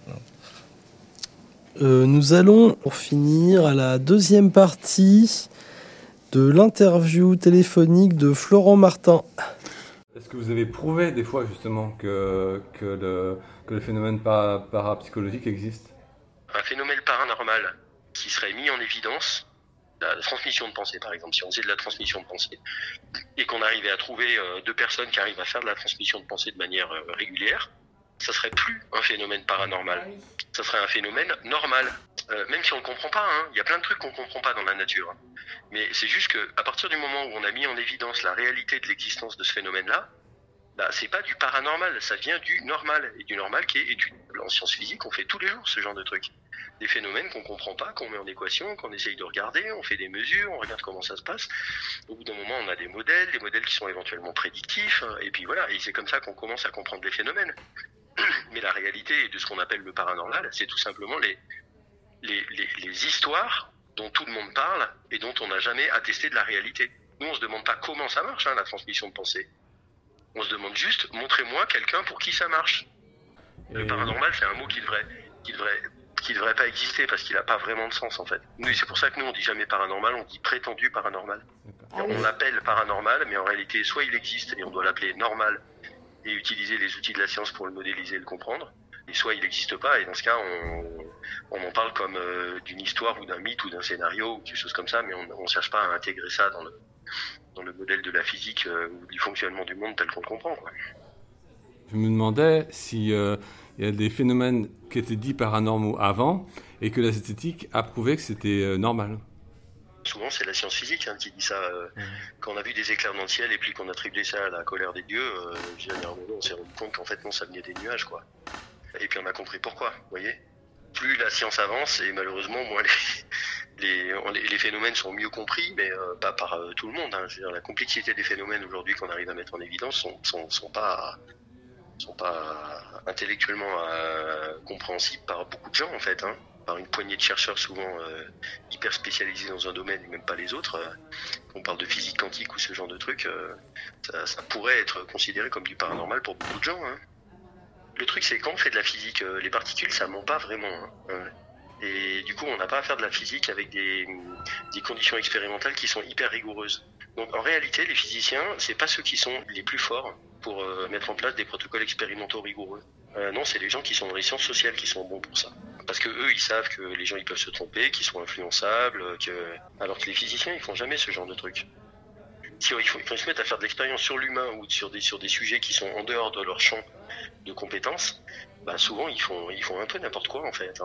Nous allons, pour finir, à la deuxième partie de l'interview téléphonique de Florent Martin. est-ce que vous avez prouvé des fois justement que le phénomène parapsychologique existe? Un phénomène paranormal qui serait mis en évidence, la transmission de pensée par exemple, si on faisait de la transmission de pensée, et qu'on arrivait à trouver deux personnes qui arrivent à faire de la transmission de pensée de manière régulière, ça serait plus un phénomène paranormal. Ça serait un phénomène normal. Même si on ne comprend pas, il y a plein de trucs qu'on ne comprend pas dans la nature. Mais c'est juste qu'à partir du moment où on a mis en évidence la réalité de l'existence de ce phénomène-là, c'est pas du paranormal, ça vient du normal. Et du normal qui est étudiable. En sciences physiques, on fait tous les jours ce genre de trucs. Des phénomènes qu'on comprend pas, qu'on met en équation, qu'on essaye de regarder, on fait des mesures, on regarde comment ça se passe. Au bout d'un moment, on a des modèles qui sont éventuellement prédictifs, et puis voilà, et c'est comme ça qu'on commence à comprendre les phénomènes. Mais la réalité de ce qu'on appelle le paranormal, c'est tout simplement les histoires dont tout le monde parle et dont on n'a jamais attesté de la réalité. Nous, on se demande pas comment ça marche, la transmission de pensée. On se demande juste, montrez-moi quelqu'un pour qui ça marche. Le paranormal, c'est un mot qui devrait pas exister parce qu'il n'a pas vraiment de sens en fait. C'est pour ça que nous on dit jamais paranormal, on dit prétendu paranormal. On l'appelle paranormal, mais en réalité soit il existe et on doit l'appeler normal et utiliser les outils de la science pour le modéliser et le comprendre, et soit il n'existe pas et dans ce cas on en parle comme d'une histoire ou d'un mythe ou d'un scénario ou quelque chose comme ça, mais on cherche pas à intégrer ça dans le modèle de la physique ou du fonctionnement du monde tel qu'on le comprend, quoi. Je me demandais si il y a des phénomènes qui étaient dits paranormaux avant et que la zététique a prouvé que c'était normal. Souvent, c'est la science physique qui dit ça. Quand on a vu des éclairs dans le ciel et puis qu'on attribuait ça à la colère des dieux, on s'est rendu compte qu'en fait, non, ça venait des nuages, quoi. Et puis on a compris pourquoi, vous voyez. Plus la science avance, et malheureusement, moins les phénomènes sont mieux compris, mais pas par tout le monde. Hein. Je veux dire, la complexité des phénomènes aujourd'hui qu'on arrive à mettre en évidence sont pas intellectuellement compréhensibles par beaucoup de gens, en fait, hein. Par une poignée de chercheurs souvent hyper spécialisés dans un domaine et même pas les autres. Quand on parle de physique quantique ou ce genre de truc, ça pourrait être considéré comme du paranormal pour beaucoup de gens, hein. Le truc, c'est quand on fait de la physique, les particules, ça ment pas vraiment, hein. Et du coup, on n'a pas à faire de la physique avec des conditions expérimentales qui sont hyper rigoureuses. Donc en réalité, les physiciens, c'est pas ceux qui sont les plus forts pour mettre en place des protocoles expérimentaux rigoureux. Non, c'est les gens qui sont dans les sciences sociales qui sont bons pour ça. Parce que eux, ils savent que les gens, ils peuvent se tromper, qu'ils sont influençables, alors que les physiciens, ils font jamais ce genre de trucs. Si quand ils se mettent à faire de l'expérience sur l'humain ou sur des sujets qui sont en dehors de leur champ de compétences, bah souvent ils font un peu n'importe quoi en fait, hein.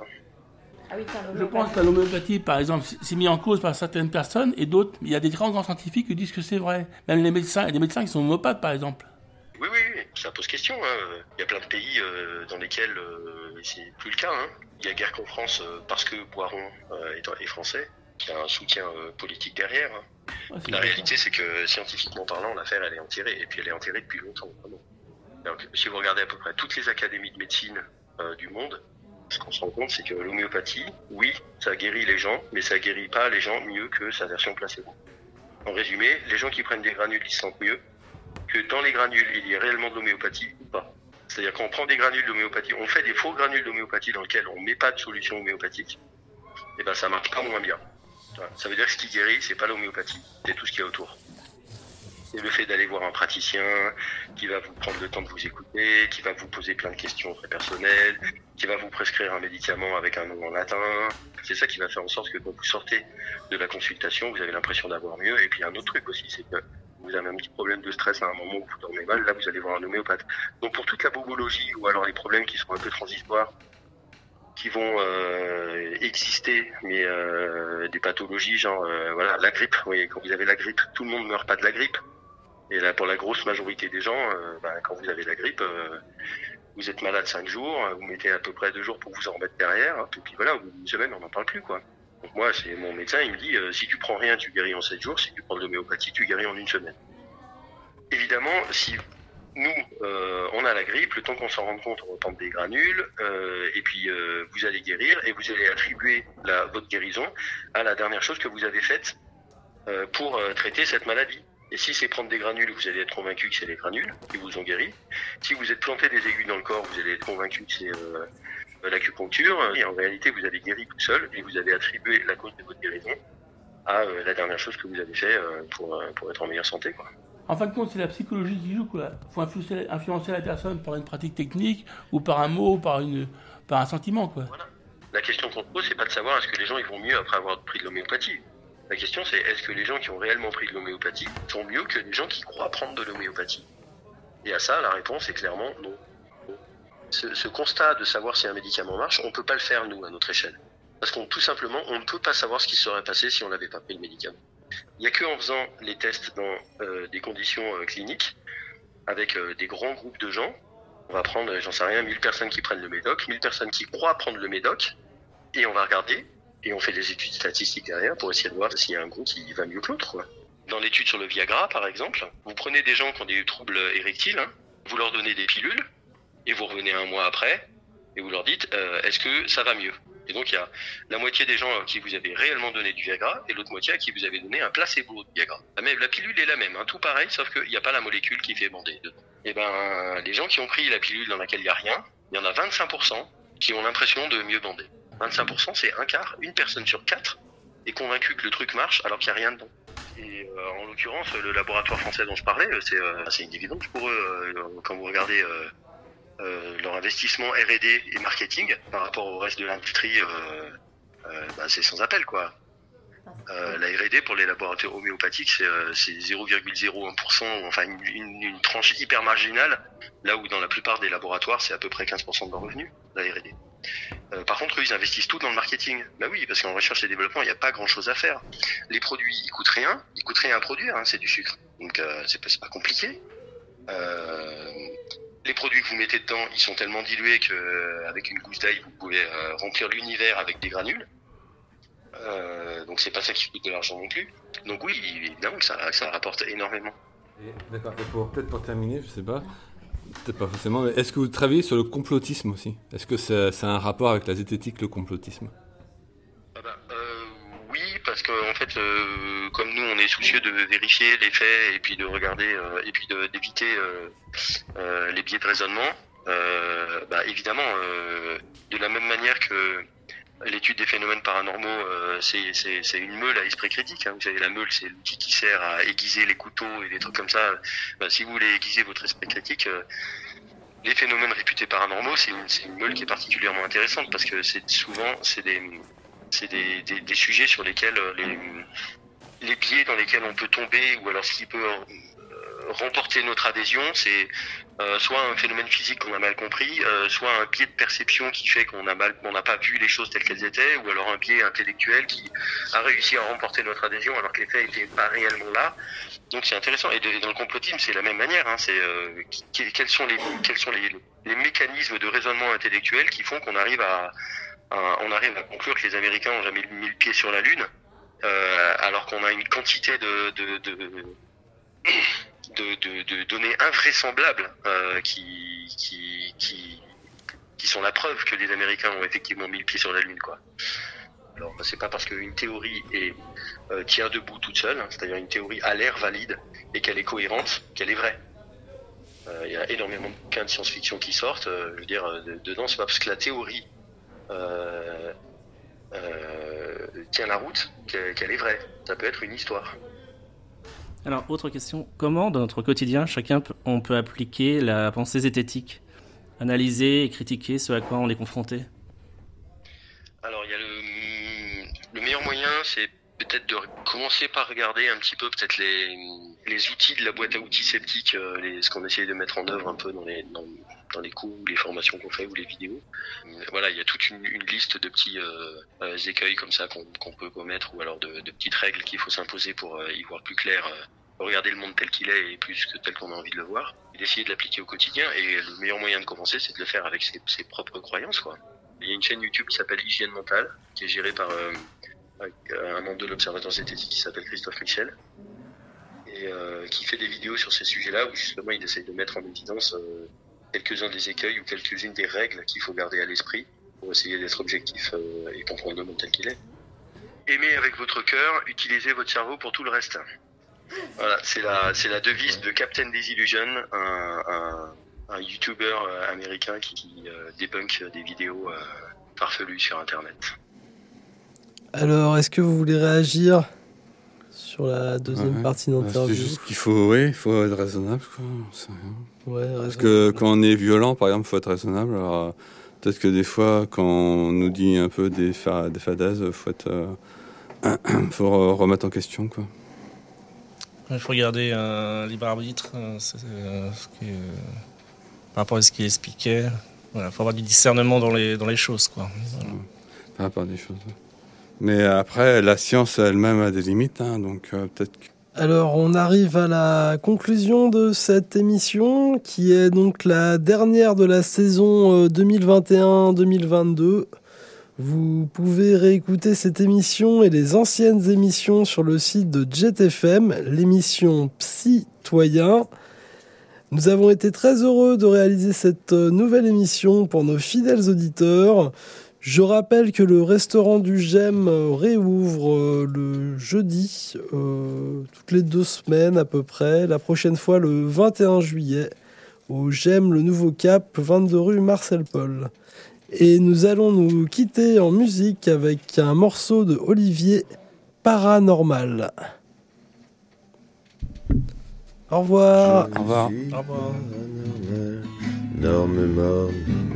Je pense que l'homéopathie, par exemple, c'est mis en cause par certaines personnes et d'autres. Il y a des grands scientifiques qui disent que c'est vrai. Même les médecins, il y a des médecins qui sont homméopathes, par exemple. Oui, ça pose question, hein. Il y a plein de pays dans lesquels c'est plus le cas, hein. Il y a guère qu'en France parce que Boiron est français, qui a un soutien politique derrière, hein. Ouais, la réalité, c'est que scientifiquement parlant, l'affaire elle est enterrée, et puis elle est enterrée depuis longtemps, vraiment. Donc, si vous regardez à peu près toutes les académies de médecine du monde, ce qu'on se rend compte, c'est que l'homéopathie, oui, ça guérit les gens, mais ça guérit pas les gens mieux que sa version placebo. En résumé, les gens qui prennent des granules, ils se sentent mieux que dans les granules, il y ait réellement de l'homéopathie ou pas. C'est-à-dire qu'on prend des granules d'homéopathie, on fait des faux granules d'homéopathie dans lesquels on met pas de solution homéopathique, et ben ça marche pas moins bien. Ça veut dire que ce qui guérit, c'est pas l'homéopathie, c'est tout ce qu'il y a autour. C'est le fait d'aller voir un praticien qui va vous prendre le temps de vous écouter, qui va vous poser plein de questions très personnelles, qui va vous prescrire un médicament avec un nom en latin. C'est ça qui va faire en sorte que quand vous sortez de la consultation, vous avez l'impression d'avoir mieux. Et puis un autre truc aussi, c'est que vous avez un petit problème de stress à un moment où vous dormez mal, là vous allez voir un homéopathe. Donc pour toute la bobologie ou alors les problèmes qui sont un peu transitoires, qui vont exister, mais des pathologies genre voilà, la grippe. Vous voyez, quand vous avez la grippe, tout le monde ne meurt pas de la grippe. Et là, pour la grosse majorité des gens, quand vous avez la grippe, vous êtes malade 5 jours, vous mettez à peu près 2 jours pour vous en remettre derrière, et puis voilà, au bout d'une semaine, on n'en parle plus, quoi. Donc moi, c'est mon médecin, il me dit, si tu prends rien, tu guéris en 7 jours, si tu prends de l'homéopathie, tu guéris en 1 semaine. Évidemment, si nous, on a la grippe, le temps qu'on s'en rende compte, on reprend des granules, et puis vous allez guérir, et vous allez attribuer votre guérison à la dernière chose que vous avez faite pour traiter cette maladie. Et si c'est prendre des granules, vous allez être convaincu que c'est les granules qui vous ont guéri. Si vous êtes planté des aiguilles dans le corps, vous allez être convaincu que c'est l'acupuncture. Et en réalité, vous avez guéri tout seul et vous avez attribué la cause de votre guérison à la dernière chose que vous avez fait pour être en meilleure santé, quoi. En fin de compte, c'est la psychologie qui joue, quoi. Faut influencer la personne par une pratique technique ou par un mot, par un sentiment, quoi. Voilà. La question qu'on se pose, c'est pas de savoir est-ce que les gens ils vont mieux après avoir pris de l'homéopathie. La question, c'est est-ce que les gens qui ont réellement pris de l'homéopathie sont mieux que les gens qui croient prendre de l'homéopathie? Et à ça, la réponse est clairement non. Ce constat de savoir si un médicament marche, on peut pas le faire, nous, à notre échelle. Parce tout simplement, on ne peut pas savoir ce qui serait passé si on n'avait pas pris le médicament. Il n'y a qu'en faisant les tests dans des conditions cliniques, avec des grands groupes de gens, on va prendre, j'en sais rien, 1000 personnes qui prennent le médoc, 1000 personnes qui croient prendre le médoc, et on va regarder, et on fait des études statistiques derrière pour essayer de voir s'il y a un groupe qui va mieux que l'autre, quoi. Dans l'étude sur le Viagra, par exemple, vous prenez des gens qui ont des troubles érectiles, hein, vous leur donnez des pilules, et vous revenez 1 mois après, et vous leur dites, est-ce que ça va mieux? Et donc il y a la moitié des gens à qui vous avez réellement donné du Viagra, et l'autre moitié à qui vous avez donné un placebo de Viagra. La pilule est la même, hein, tout pareil, sauf qu'il n'y a pas la molécule qui fait bander dedans. Et les gens qui ont pris la pilule dans laquelle il n'y a rien, il y en a 25% qui ont l'impression de mieux bander. 25%, c'est un quart, une personne sur 4 est convaincue que le truc marche alors qu'il n'y a rien dedans. Et en l'occurrence, le laboratoire français dont je parlais, c'est une évidence pour eux. Quand vous regardez leur investissement R&D et marketing par rapport au reste de l'industrie, c'est sans appel, quoi. La R&D pour les laboratoires homéopathiques, c'est 0,01%, enfin une tranche hyper marginale, là où dans la plupart des laboratoires, c'est à peu près 15% de leurs revenus, la R&D. Par contre, eux, ils investissent tout dans le marketing. Bah oui, parce qu'en recherche et développement, il n'y a pas grand-chose à faire. Les produits, ils coûtent rien à produire, hein, c'est du sucre. Donc, c'est pas compliqué. Les produits que vous mettez dedans, ils sont tellement dilués qu'avec une gousse d'ail, vous pouvez remplir l'univers avec des granules. Donc c'est pas ça qui coûte de l'argent non plus. Donc oui, évidemment que ça rapporte énormément. D'accord. Et peut-être pour terminer, je sais pas, peut-être pas forcément, mais est-ce que vous travaillez sur le complotisme aussi ? Est-ce que ça a un rapport avec la zététique, le complotisme ? Oui, parce que en fait, comme nous, on est soucieux de vérifier les faits et puis de regarder et puis d'éviter les biais de raisonnement. Évidemment, de la même manière que l'étude des phénomènes paranormaux, c'est une meule à esprit critique. Hein. Vous savez, la meule, c'est l'outil qui sert à aiguiser les couteaux et des trucs comme ça. Si vous voulez aiguiser votre esprit critique, les phénomènes réputés paranormaux, c'est une meule qui est particulièrement intéressante parce que c'est des sujets sur lesquels les biais dans lesquels on peut tomber, ou alors ce qui peut remporter notre adhésion, c'est soit un phénomène physique qu'on a mal compris, soit un biais de perception qui fait qu'on n'a pas vu les choses telles qu'elles étaient, ou alors un biais intellectuel qui a réussi à remporter notre adhésion alors que les faits n'étaient pas réellement là. Donc c'est intéressant. Et dans le complotisme, c'est la même manière. Hein. Quels sont les mécanismes de raisonnement intellectuel qui font qu'on arrive à conclure que les Américains n'ont jamais mis le pied sur la Lune, alors qu'on a une quantité de données invraisemblables qui sont la preuve que les Américains ont effectivement mis le pied sur la Lune, quoi. Alors c'est pas parce qu'une théorie tient debout toute seule, hein, c'est-à-dire une théorie a l'air valide et qu'elle est cohérente, qu'elle est vraie. Il y a énormément de bouquins de science-fiction qui sortent. Je veux dire, dedans, c'est pas parce que la théorie tient la route qu'elle est vraie. Ça peut être une histoire. Alors, autre question. Comment, dans notre quotidien, on peut appliquer la pensée zététique ? Analyser et critiquer ce à quoi on est confronté ? Alors, il y a le meilleur moyen, c'est peut-être de commencer par regarder un petit peu peut-être les outils de la boîte à outils sceptique, ce qu'on essaye de mettre en œuvre un peu dans les cours, les formations qu'on fait ou les vidéos. Voilà, il y a toute une liste de petits écueils comme ça qu'on peut commettre, ou alors de petites règles qu'il faut s'imposer pour y voir plus clair, regarder le monde tel qu'il est et plus que tel qu'on a envie de le voir, et d'essayer de l'appliquer au quotidien. Et le meilleur moyen de commencer, c'est de le faire avec ses propres croyances, quoi. Il y a une chaîne YouTube qui s'appelle Hygiène Mentale, qui est gérée par un membre de l'Observatoire zététique qui s'appelle Christophe Michel, et qui fait des vidéos sur ces sujets-là où justement il essaye de mettre en évidence quelques-uns des écueils ou quelques-unes des règles qu'il faut garder à l'esprit pour essayer d'être objectif et comprendre le monde tel qu'il est. Aimez avec votre cœur, utilisez votre cerveau pour tout le reste. Voilà, c'est la devise de Captain Disillusion, un YouTuber américain qui débunk des vidéos farfelues sur Internet. Alors, est-ce que vous voulez réagir sur la deuxième partie d'interview ? C'est juste qu'il faut être raisonnable, quoi. Parce que quand on est violent, par exemple, il faut être raisonnable. Alors, peut-être que des fois, quand on nous dit un peu des fadaises, faut remettre en question, quoi. Il faut garder un libre arbitre, par rapport à ce qu'il expliquait. Voilà, faut avoir du discernement dans les choses, quoi. Voilà. Par rapport à des choses. Mais après, la science elle-même a des limites, hein, donc peut-être. Alors, on arrive à la conclusion de cette émission, qui est donc la dernière de la saison 2021-2022. Vous pouvez réécouter cette émission et les anciennes émissions sur le site de Jet FM, l'émission Psytoyen. Nous avons été très heureux de réaliser cette nouvelle émission pour nos fidèles auditeurs. Je rappelle que le restaurant du GEM réouvre le jeudi, toutes les 2 semaines à peu près. La prochaine fois le 21 juillet, au GEM Le Nouveau Cap, 22 rue Marcel Paul. Et nous allons nous quitter en musique avec un morceau de Olivier, Paranormal. Au revoir. Au revoir. Au revoir. Normal.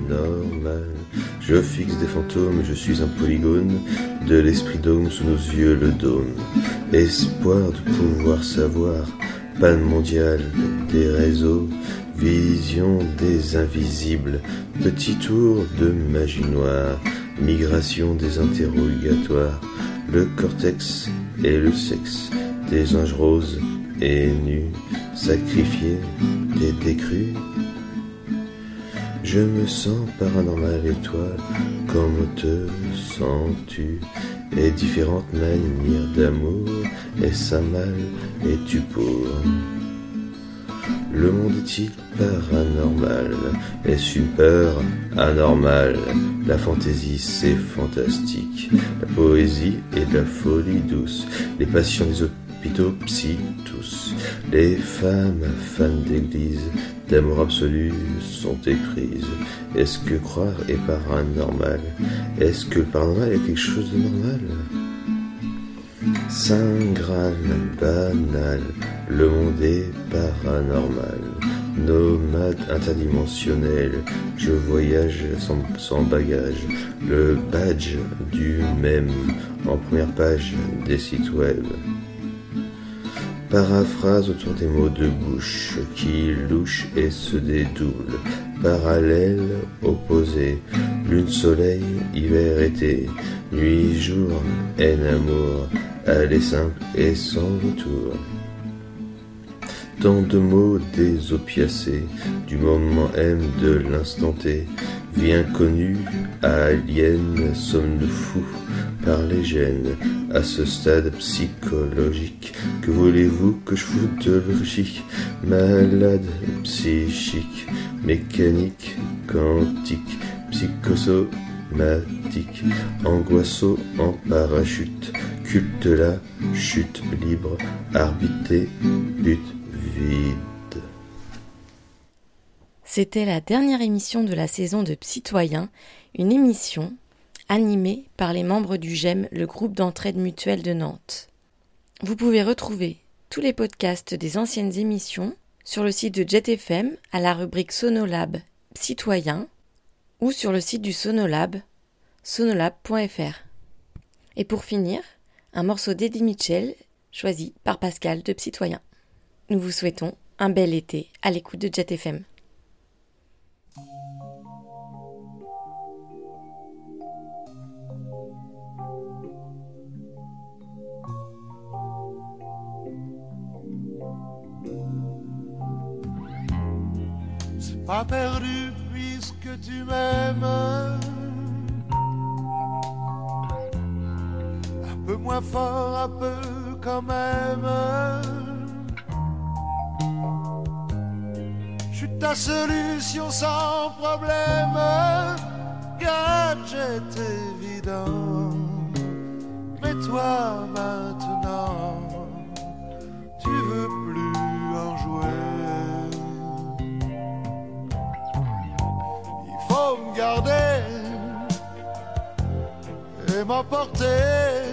Je fixe des fantômes, je suis un polygone de l'esprit dôme sous nos yeux le dôme. Espoir de pouvoir savoir, panne mondiale des réseaux, vision des invisibles, petit tour de magie noire, migration des interrogatoires, le cortex et le sexe, des anges roses et nus, sacrifiés des décrus. Je me sens paranormal et toi, comment te sens-tu? Et différentes manières d'amour, est-ce un mal, es-tu pour? Le monde est-il paranormal? Est-ce une peur anormale? La fantaisie c'est fantastique, la poésie et de la folie douce, les passions des hôpitaux psy tous, les femmes fans d'église, d'amour absolu sont éprises. Est-ce que croire est paranormal? Est-ce que le paranormal est quelque chose de normal? Saint Graal banal, le monde est paranormal. Nomade interdimensionnel, je voyage sans bagage. Le badge du même en première page des sites web. Paraphrase autour des mots de bouche qui louchent et se dédoublent. Parallèle, opposé, lune, soleil, hiver, été, nuit, jour, haine, amour, aller simple et sans retour. Tant de mots des opiacés, du moment M de l'instant T, vie inconnue, alien, sommes-nous fous par les gènes, à ce stade psychologique, que voulez-vous que je foute de logique, malade, psychique, mécanique, quantique, psychosomatique, angoissaux en parachute, culte de la chute libre, arbitré, but vide. C'était la dernière émission de la saison de Psytoyen, une émission animée par les membres du GEM, le groupe d'entraide mutuelle de Nantes. Vous pouvez retrouver tous les podcasts des anciennes émissions sur le site de Jet FM à la rubrique Sonolab Psytoyen ou sur le site du Sonolab, sonolab.fr. Et pour finir, un morceau d'Eddie Mitchell choisi par Pascal de Psytoyen. Nous vous souhaitons un bel été à l'écoute de Jet FM. C'est pas perdu puisque tu m'aimes. Un peu moins fort, un peu quand même. Je suis ta solution sans problème. Gadget évident. Mais toi maintenant, tu veux plus en jouer. Il faut me garder et m'emporter.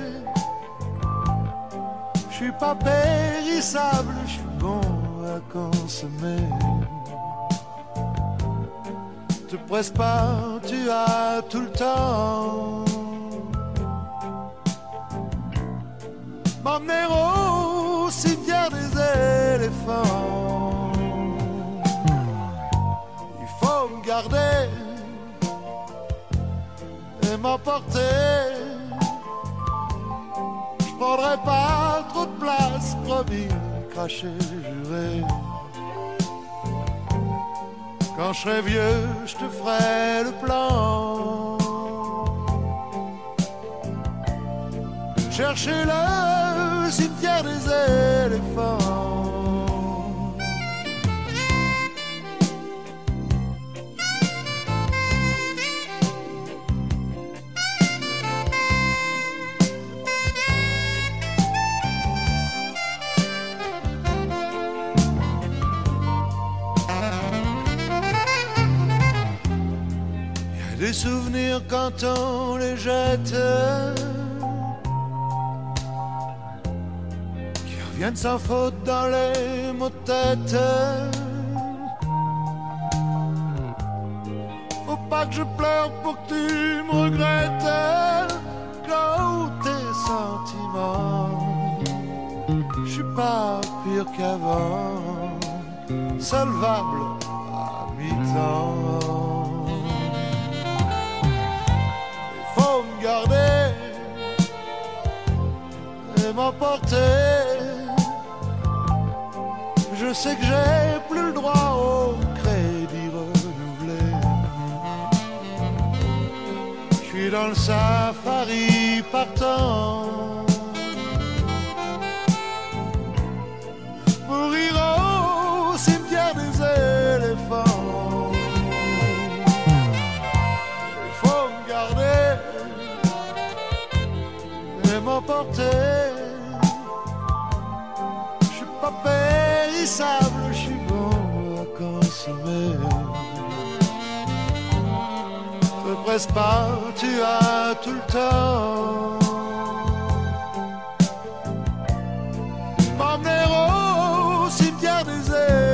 Je suis pas périssable, je suis bon à consommer. Te presse pas, tu as tout le temps. M'emmener au cimetière des éléphants. Il faut me garder et m'emporter. Je prendrai pas trop de place, promis, craché, juré. Quand je serai vieux, je te ferai le plan. Chercher le cimetière des éléphants. souvenirs quand on les jette, qui reviennent sans faute dans les mots de tête. Faut pas que je pleure pour que tu me regrettes. Quand tes sentiments, je suis pas pire qu'avant, solvable à mi-temps. Il faut me garder et m'emporter. Je sais que j'ai plus le droit au crédit renouvelé. Je suis dans le safari partant, mourir au cimetière des éléphants. Il faut me garder et m'emporter. Je suis pas périssable, je suis bon à consommer. Te presse pas, tu as tout le temps. M'emmener au cimetière des éléphants.